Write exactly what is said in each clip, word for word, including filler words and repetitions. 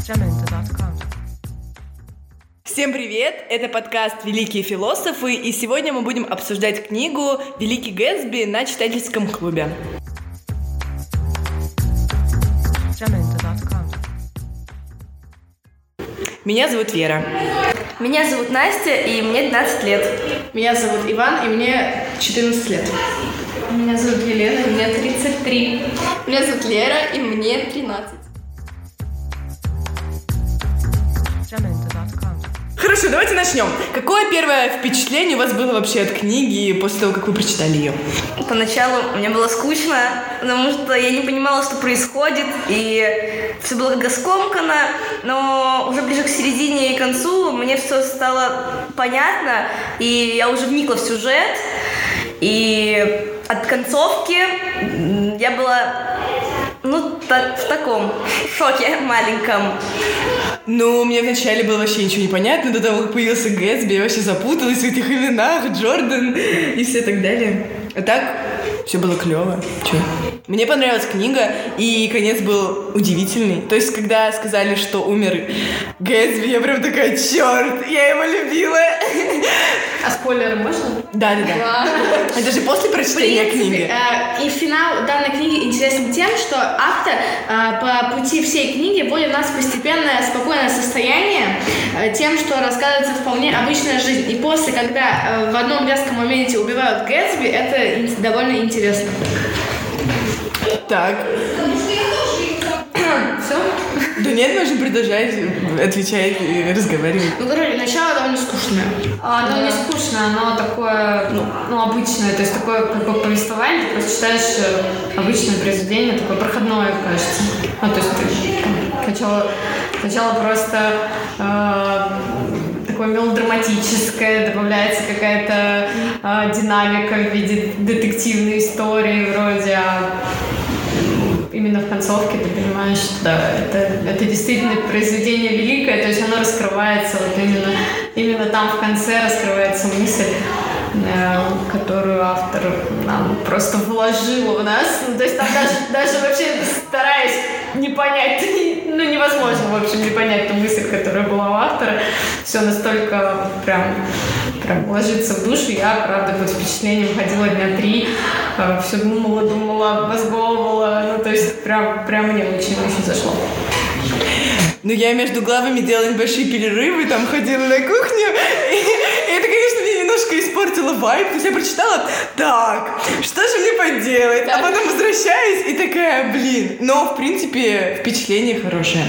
Всем привет! Это подкаст «Великие философы», и сегодня мы будем обсуждать книгу «Великий Гэтсби» на читательском клубе. Меня зовут Вера. Меня зовут Настя, и мне двенадцать лет. Меня зовут Иван, и мне четырнадцать лет. Меня зовут Елена, и мне тридцать три. Меня зовут Лера, и мне тринадцать. Хорошо, давайте начнем. Какое первое впечатление у вас было вообще от книги после того, как вы прочитали ее? Поначалу мне было скучно, потому что я не понимала, что происходит, и все было как скомкано, но уже ближе к середине и концу мне все стало понятно, и я уже вникла в сюжет, и от концовки я была, ну, так, в таком шоке маленьком. Ну, мне вначале было вообще ничего не понятно, до того, как появился Гэтсби, я вообще запуталась в этих именах, Джордан и все так далее. А так, все было клево. Че? Мне понравилась книга, и конец был удивительный. То есть, когда сказали, что умер Гэтсби, я прям такая, черт, я его любила. А спойлеры можно? Да, да, да. Это же после прочтения книги. И финал данной книги интересен тем, что автор по пути всей книги вводит нас в постепенное спокойное состояние тем, что рассказывается вполне обычная жизнь. И после, когда в одном резком моменте убивают Гэтсби, это довольно интересно. Так. Все? Да нет, можно продолжать отвечать и разговаривать. Ну, короче, начало довольно скучное. А, оно да. не скучное, оно такое, ну, ну, обычное, то есть такое как бы повествование, ты просто читаешь обычное произведение, такое проходное, кажется. Ну, то есть ты сначала, сначала просто э, такое мелодраматическое, добавляется какая-то э, динамика в виде детективной истории вроде, а именно в концовке ты понимаешь, что да, это, это действительно произведение великое, то есть оно раскрывается, вот именно, именно там в конце раскрывается мысль, э, которую автор нам просто вложил в нас. Ну, то есть там даже, даже вообще стараясь не понять, ну невозможно, в общем, не понять ту мысль, которая была у автора. Все настолько прям, прям ложится в душу. Я, правда, под впечатлением ходила дня три, э, все думала, думала, обмозговывала. Ну, то есть прям, прям мне очень-очень зашло. Ну, я между главами делала небольшие перерывы, там ходила на кухню, и, и это, конечно, мне немножко испортило вайб. То есть я прочитала, так, что же мне поделать? А потом возвращаюсь и такая, блин. Но, в принципе, впечатление хорошее.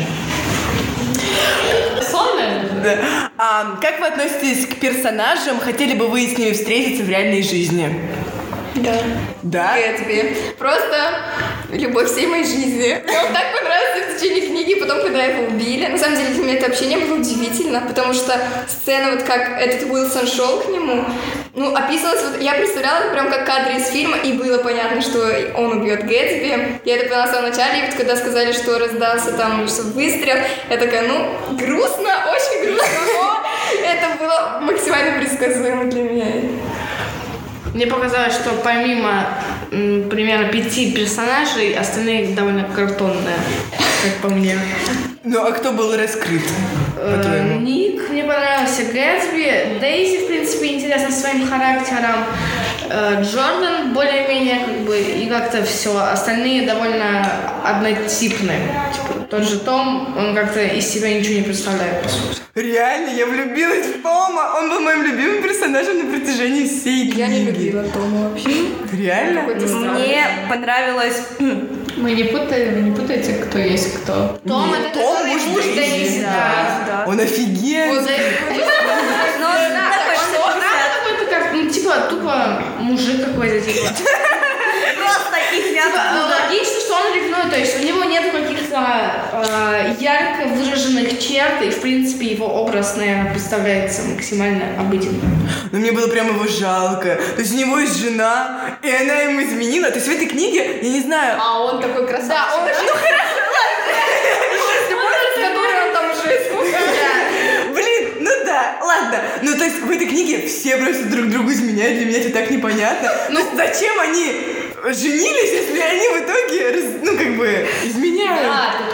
Сонная? Да. А как вы относитесь к персонажам? Хотели бы вы с ними встретиться в реальной жизни? Да. Да? Гэтсби. Просто любовь всей моей жизни. Мне он так понравился в течение книги, потом, когда его убили. На самом деле, для меня это общение было удивительно, потому что сцена, вот как этот Уилсон шел к нему, ну, описывалась, вот я представляла это прям как кадры из фильма, и было понятно, что он убьет Гэтсби. Я это поняла в самом начале, и вот когда сказали, что раздался там что выстрел, я такая, ну, грустно, очень грустно, но это было максимально предсказуемо для меня. Мне показалось, что помимо м, примерно пяти персонажей, остальные довольно картонные, как по мне. Ну, а кто был раскрыт, по-твоему? Ник, мне понравился Гэтсби, Дейзи, в принципе, интересна своим характером, Джордан более-менее, как бы, и как-то все. Остальные довольно однотипные. Типа, тот же Том, он как-то из себя ничего не представляет, по сути. Реально, я влюбилась в Тома. Он был моим любимым персонажем на протяжении всей книги. Я не любила Тома вообще. Реально? Мне понравилось... Мы не путаем, вы не путаете, кто есть кто. Том — это Том муж муж Дейзи. Дейзи, да. Он офигенный. Вот, Но какой-то как, ну, типа, тупо мужик какой-то, типа. просто их Типа, логично, что он ревнует, то есть у него нет каких-то э, ярко выраженных черт, и, в принципе, его образ, наверное, представляется максимально обыденным. Но мне было прям его жалко. То есть у него есть жена, и она ему изменила. То есть в этой книге, я не знаю... А он такой красавчик. Да, он очень... Ну, хорошо, ладно. С которой он там жил. Блин, ну да, ладно. Ну, то есть в этой книге все просто друг другу изменяют. Для меня это так непонятно. Ну, зачем они женились, если они в итоге, ну, как бы, изменяют? Да, тут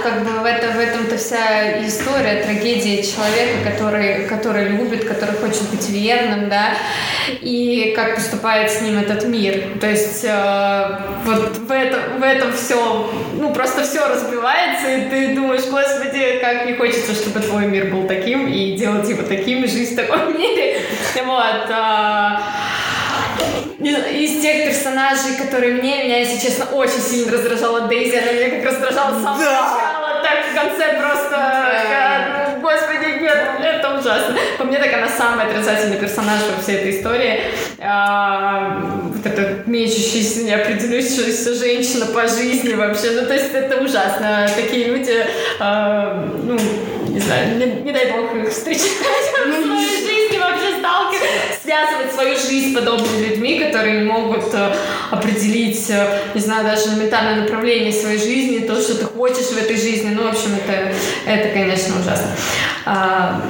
как бы в, это, в этом-то вся история, трагедия человека, который, который любит, который хочет быть верным, да, и как поступает с ним этот мир. То есть э, вот в этом, в этом все, ну, просто все разбивается, и ты думаешь, господи, как не хочется, чтобы твой мир был таким, и делать его таким, и жить в таком мире. Вот. Из тех персонажей, которые мне, меня, если честно, очень сильно раздражала Дейзи, она меня как раздражала с самого начала, так в конце просто, господи, нет, это ужасно. По мне, так она самый отрицательный персонаж во всей этой истории. Вот эта мечущаяся, неопределившаяся женщина по жизни вообще, ну, то есть это ужасно. Такие люди, ну, не знаю, не, не дай бог их встречать в своей жизни, вообще сталкиваться, связывать свою жизнь с подобными людьми, которые не могут э, определить, э, не знаю, даже элементарное направление своей жизни, то, что ты хочешь в этой жизни. Ну, в общем, это, это конечно, ужасно. А,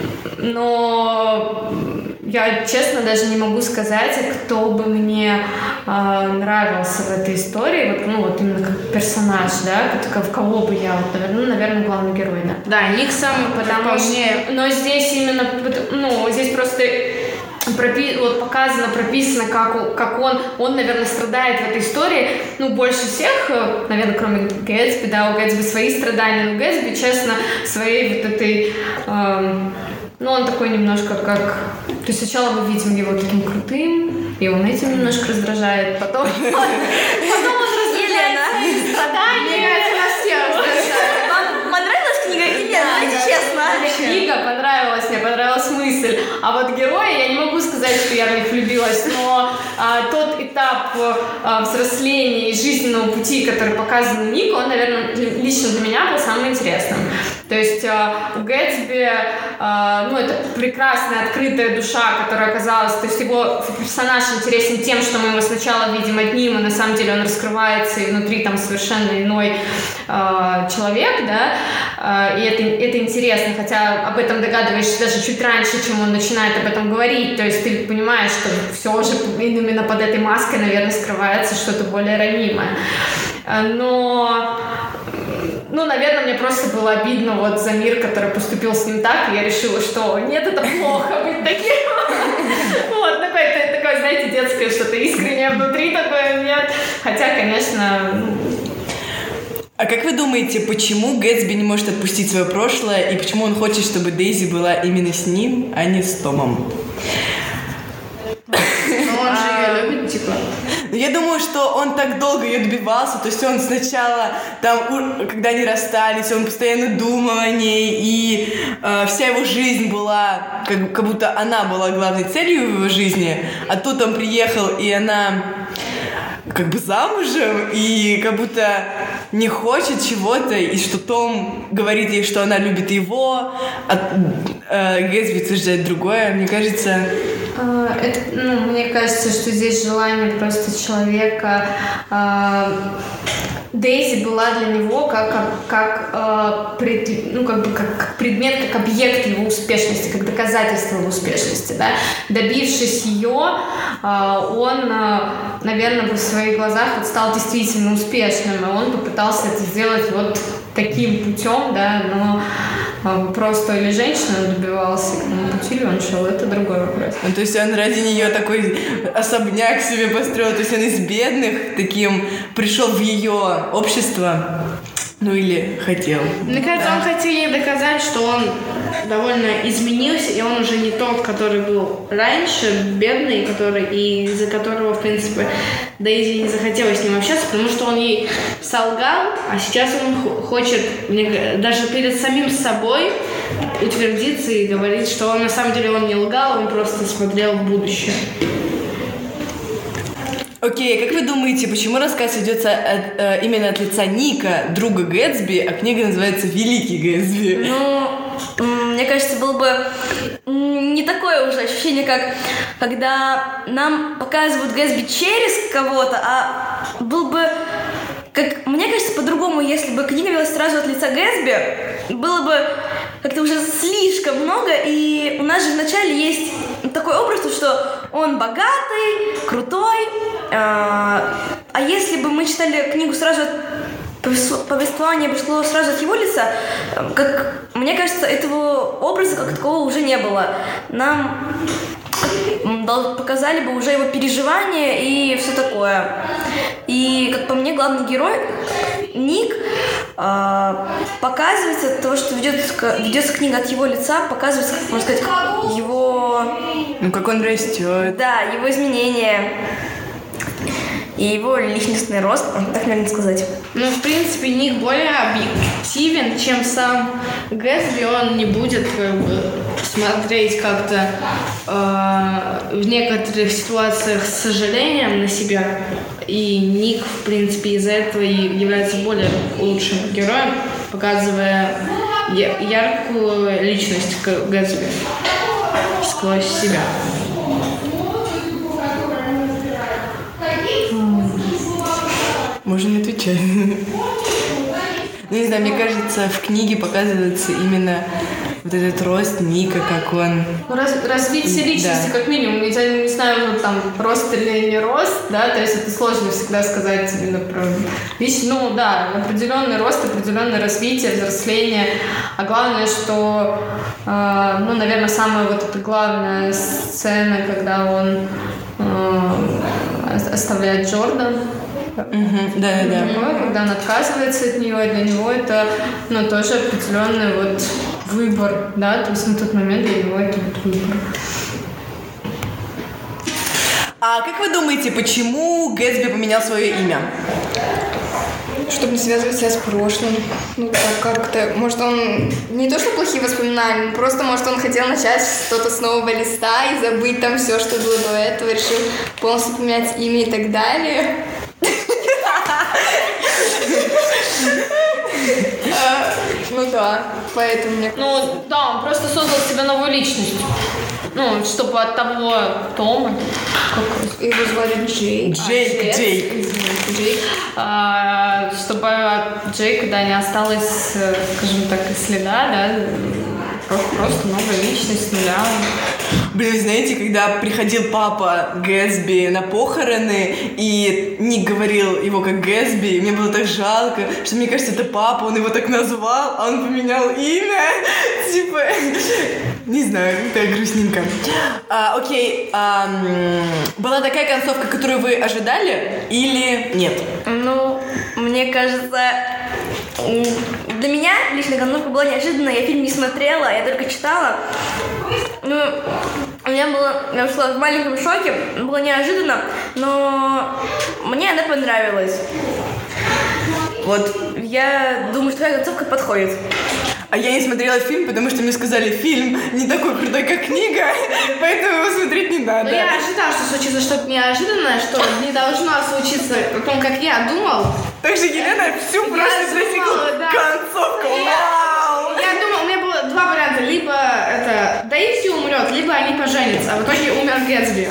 но я, честно, даже не могу сказать, кто бы мне э, нравился в этой истории, вот, ну, вот именно как персонаж, да, в кого бы я, вот, наверное, ну, наверное, главный герой, да. Да, Ник самый, потому что... Но здесь именно, ну, здесь просто... Пропи- вот показано, прописано, как, как он, он, наверное, страдает в этой истории, ну, больше всех, наверное, кроме Гэтсби, да, у Гэтсби свои страдания, но Гэтсби, честно, своей вот этой, эм, ну, он такой немножко как, то есть сначала мы видим его таким крутым, и он этим немножко раздражает, потом, потом он раздражает свои страдания. Вам понравилась книга или нет? Давайте честно. Книга понравилась, мне понравилась мысль. А вот герои, я не могу сказать, что я в них влюбилась, но а, тот этап а, взросления и жизненного пути, который показан Нику, он, наверное, лично для меня был самым интересным. То есть а, у Гэтсби, а, ну, это прекрасная, открытая душа, которая оказалась, то есть его персонаж интересен тем, что мы его сначала видим одним, и на самом деле он раскрывается, и внутри там совершенно иной а, человек, да, а, и это, это интересно, хотя об этом догадываешься даже чуть раньше, чем он начинает об этом говорить, то есть ты понимаешь, что все же именно под этой маской, наверное, скрывается что-то более ранимое. Но, ну, наверное, мне просто было обидно вот за мир, который поступил с ним так, и я решила, что нет, это плохо быть таким. Вот, такое, такое, знаете, детское что-то искреннее внутри, такое нет. Хотя, конечно... А как вы думаете, почему Гэтсби не может отпустить свое прошлое, и почему он хочет, чтобы Дейзи была именно с ним, а не с Томом? Но он же ее любит, типа. Я думаю, что он так долго ее добивался, то есть он сначала, там, когда они расстались, он постоянно думал о ней, и э, вся его жизнь была, как, как будто она была главной целью в его жизни, а тут он приехал, и она... как бы замужем, и как будто не хочет чего-то, и что Том говорит ей, что она любит его, а э, Гэтсби утверждает другое, мне кажется... Это, ну, мне кажется, что здесь желание просто человека... Э, Дейзи была для него как, как, как, э, пред, ну, как, бы, как, как предмет, как объект его успешности, как доказательство его успешности. Да? Добившись ее, э, он, э, наверное, в своих глазах вот стал действительно успешным, и он попытался это сделать вот таким путем, да, но э, просто или женщина добивался, какому пути ли он шел, это другой вопрос. Ну, то есть он ради нее такой особняк себе построил, то есть он из бедных таким пришел в ее общество, ну или хотел. Мне кажется, да. он хотел ей доказать, что он довольно изменился, и он уже не тот, который был раньше, бедный, который, и из-за которого, в принципе, Дейзи не захотела с ним общаться, потому что он ей солгал, а сейчас он хочет мне, даже перед самим собой утвердиться и говорить, что он на самом деле он не лгал, он просто смотрел в будущее. Окей, okay, как вы думаете, почему рассказ ведется от, э, именно от лица Ника, друга Гэтсби, а книга называется «Великий Гэтсби»? Ну, мне кажется, было бы не такое уже ощущение, как когда нам показывают Гэтсби через кого-то, а был бы, как мне кажется, по-другому, если бы книга велась сразу от лица Гэтсби, было бы как-то уже слишком много, и у нас же вначале есть такой образ, что он богатый, крутой, а если бы мы читали книгу сразу от повествование пришло сразу от его лица, как мне кажется, этого образа как такового уже не было. Нам показали бы уже его переживания и все такое. И, как по мне, главный герой Ник э, показывается то, что ведется, ведется книга от его лица, показывается, как можно сказать, его... Ну, как он растет. Да, его изменения. И его личностный рост, так наверное сказать. Ну, в принципе, Ник более объективен, чем сам Гэтсби. Он не будет как бы смотреть как-то э, в некоторых ситуациях с сожалением на себя. И Ник, в принципе, из-за этого и является более лучшим героем, показывая яркую личность Гэтсби сквозь себя. Можно не отвечать. Ну, не знаю, мне кажется, в книге показывается именно вот этот рост Ника, как он... Ну, раз, развитие личности, да. Как минимум. Я не знаю, вот там рост или не рост, да, то есть это сложно всегда сказать именно про личность. Ну, да, определенный рост, определенное развитие, взросление. А главное, что, э, ну, наверное, самая вот эта главная сцена, когда он э, оставляет Джордан. Mm-hmm. Да, да, да. Когда он отказывается от нее, для него это, ну, тоже определенный вот выбор, да, то есть на тот момент для него это вот выбор. А как вы думаете, почему Гэтсби поменял свое имя? Чтобы не связывать себя с прошлым. Ну, так как-то... Может, он... Не то, что плохие воспоминания, просто, может, он хотел начать что-то с нового листа и забыть там все, что было до этого, решил полностью поменять имя и так далее. Ну да, поэтому мне... Ну да, он просто создал себе новую личность. Ну, чтобы от того Тома... Его звали Джейк. Джейк, Джейк. Джейк. А, чтобы от Джейка, да, не осталось, скажем так, и следа, да, просто, просто новая личность с нуля. Блин, знаете, когда приходил папа Гэтсби на похороны, и Ник говорил его как Гэтсби, мне было так жалко, что мне кажется, это папа, он его так назвал, а он поменял имя. Типа, не знаю, так грустненько. А, окей, а, была такая концовка, которую вы ожидали, или нет? Ну, мне кажется... Для меня лично концовка была неожиданная, я фильм не смотрела, я только читала. Ну, у меня было, я ушла в маленьком шоке, было неожиданно, но мне она понравилась. Вот, я думаю, что такая концовка подходит. А я не смотрела фильм, потому что мне сказали, фильм не такой крутой, как книга, поэтому его смотреть не надо. Но я ожидала, что случится что-то неожиданное, что не должно случиться о том, как я думал. Так же Елена всю прошлую засекла да. концовку. Я, я думала, у меня было два варианта. Либо это Дейзи умрет, либо они поженятся. А в итоге умер Гэтсби.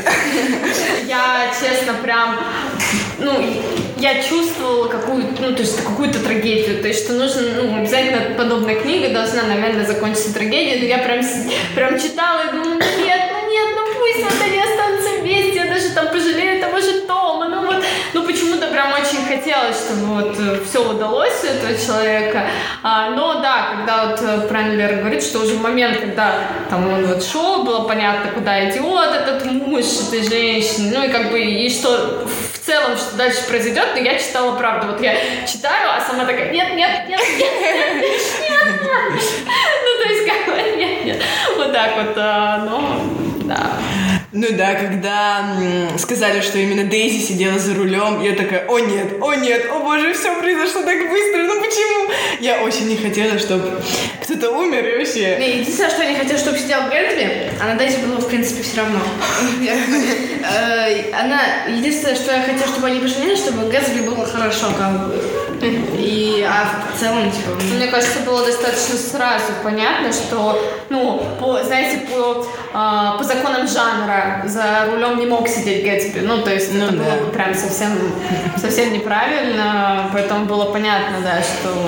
Я, честно, прям... Ну, я чувствовала какую-то, ну, то есть какую-то трагедию, то есть что нужно, ну, обязательно подобная книга должна, наверное, закончиться трагедией, но я прям, прям читала и думала, нет, ну нет, ну пусть вот они останутся вместе, я даже там пожалею того же Тома, ну вот, ну почему-то прям очень хотелось, чтобы вот все удалось у этого человека, а, но да, когда вот правильно Лера говорит, что уже в момент, когда там он вот шел, было понятно, куда идет этот муж этой женщины, ну и как бы, и что в целом, что дальше произойдет, но я читала правду. Вот я читаю, а сама такая, нет, нет, нет, нет, нет, нет, нет. Ну, то есть, как бы, нет, нет. Вот так вот, но, да. Ну да, когда м, сказали, что именно Дейзи сидела за рулем, я такая, о нет, о нет, о боже, все произошло так быстро, ну почему? Я очень не хотела, чтобы кто-то умер и вообще... Не, единственное, что я не хотела, чтобы сидел Гэтсби, а на Дейзи было, в принципе, все равно. Она... Единственное, что я хотела, чтобы они поженились, чтобы Гэтсби было хорошо, как бы. И, а в целом, типа... Мне кажется, было достаточно сразу понятно, что, ну, по, знаете, по, э, по законам жанра за рулем не мог сидеть Гэтсби. Ну, то есть ну, это да. было бы прям совсем, совсем неправильно, поэтому было понятно, да, что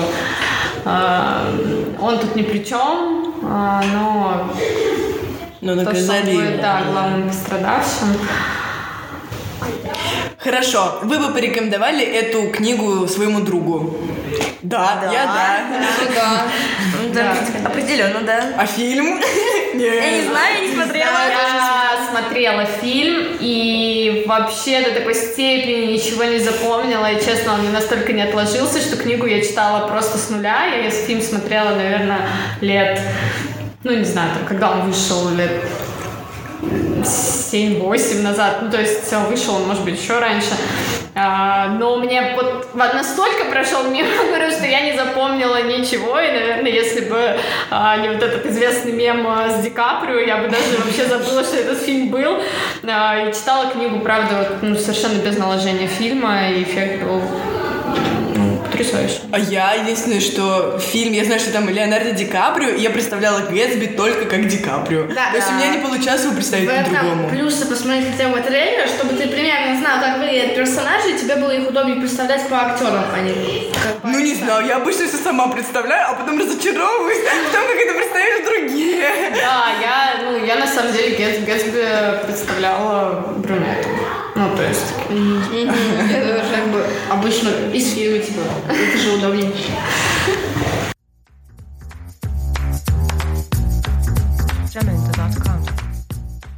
э, он тут ни при чем, э, но... Но наказали его. Да, главным пострадавшим. Хорошо. Вы бы порекомендовали эту книгу своему другу? Да, я да. Ну да. Ну, да, определенно, да. А фильм? Я не знаю, я не смотрела. Я смотрела фильм и вообще до такой степени ничего не запомнила. И, честно, он мне настолько не отложился, что книгу я читала просто с нуля. Я фильм смотрела, наверное, лет... Ну, не знаю, там, когда он вышел, лет семь-восемь назад. Ну, то есть вышел он, может быть, еще раньше. А, но мне вот настолько прошел мимо, говорю, что я не запомнила ничего. И, наверное, если бы а, не вот этот известный мем с Ди Каприо, я бы даже вообще забыла, что этот фильм был. А, и читала книгу, правда, вот, ну, совершенно без наложения фильма. И эффект был... потрясающе. А я единственное, что фильм, я знаю, что там Леонардо Ди Каприо, и я представляла Гэтсби только как Ди Каприо. Да, То есть да. у меня не получалось его представить В этом по-другому. плюсы посмотреть хотя бы трейлер, чтобы ты примерно знал, как выглядят персонажи, и тебе было их удобнее представлять по актерам, а не как по Ну не знаю, я обычно все сама представляю, а потом разочаровываюсь в том, как это представляют другие. Да, я, ну, я на самом деле Гэтс- Гэтсби представляла брюнетом. Ну, то есть... Я тоже как бы обычно из фильма, типа, это же удобнее.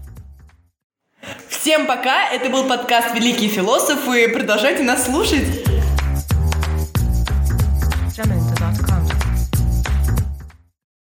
Всем пока, это был подкаст «Великие философы», продолжайте нас слушать.